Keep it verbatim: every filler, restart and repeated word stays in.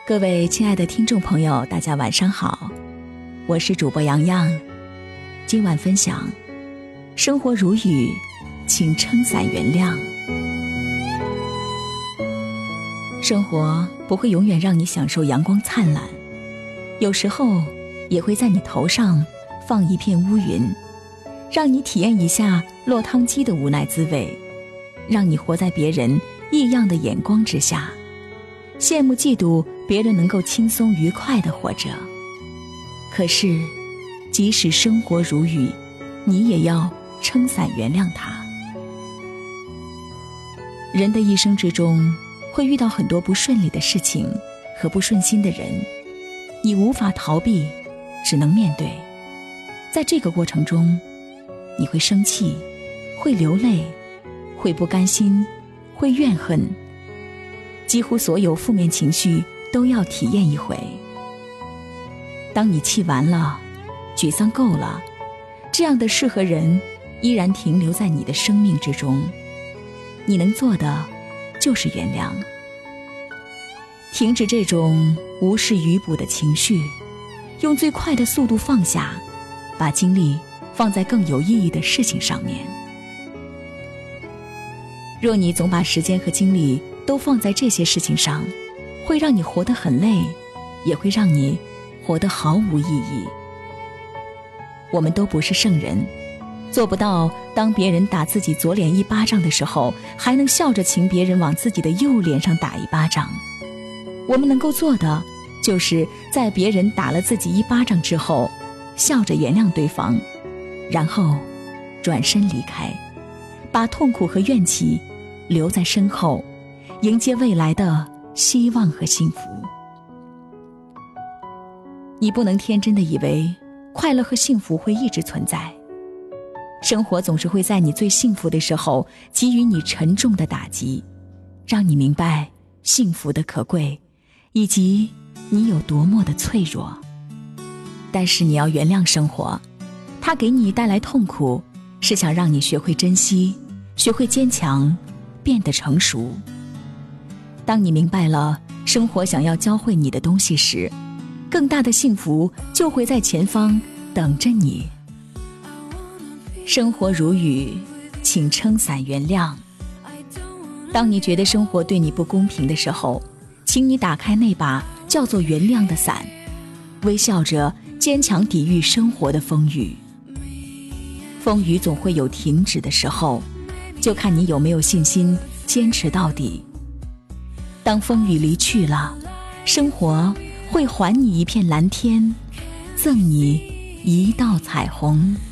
各位亲爱的听众朋友，大家晚上好，我是主播洋洋。今晚分享生活如雨，请撑伞原谅。生活不会永远让你享受阳光灿烂，有时候也会在你头上放一片乌云，让你体验一下落汤鸡的无奈滋味，让你活在别人异样的眼光之下，羡慕嫉妒别人能够轻松愉快地活着。可是即使生活如雨，你也要撑伞原谅它。人的一生之中会遇到很多不顺利的事情和不顺心的人，你无法逃避，只能面对。在这个过程中，你会生气，会流泪，会不甘心，会怨恨，几乎所有负面情绪都要体验一回。当你气完了，沮丧够了，这样的事和人依然停留在你的生命之中，你能做的就是原谅，停止这种无事于补的情绪，用最快的速度放下，把精力放在更有意义的事情上面。若你总把时间和精力都放在这些事情上，会让你活得很累，也会让你活得毫无意义。我们都不是圣人，做不到当别人打自己左脸一巴掌的时候，还能笑着请别人往自己的右脸上打一巴掌。我们能够做的，就是在别人打了自己一巴掌之后，笑着原谅对方，然后转身离开，把痛苦和怨气留在身后，迎接未来的希望和幸福。你不能天真的以为快乐和幸福会一直存在，生活总是会在你最幸福的时候给予你沉重的打击，让你明白幸福的可贵，以及你有多么的脆弱。但是你要原谅生活，它给你带来痛苦，是想让你学会珍惜，学会坚强，变得成熟。当你明白了生活想要教会你的东西时，更大的幸福就会在前方等着你。生活如雨，请撑伞原谅。当你觉得生活对你不公平的时候，请你打开那把叫做原谅的伞，微笑着坚强抵御生活的风雨。风雨总会有停止的时候，就看你有没有信心坚持到底。当风雨离去了，生活会还你一片蓝天，赠你一道彩虹。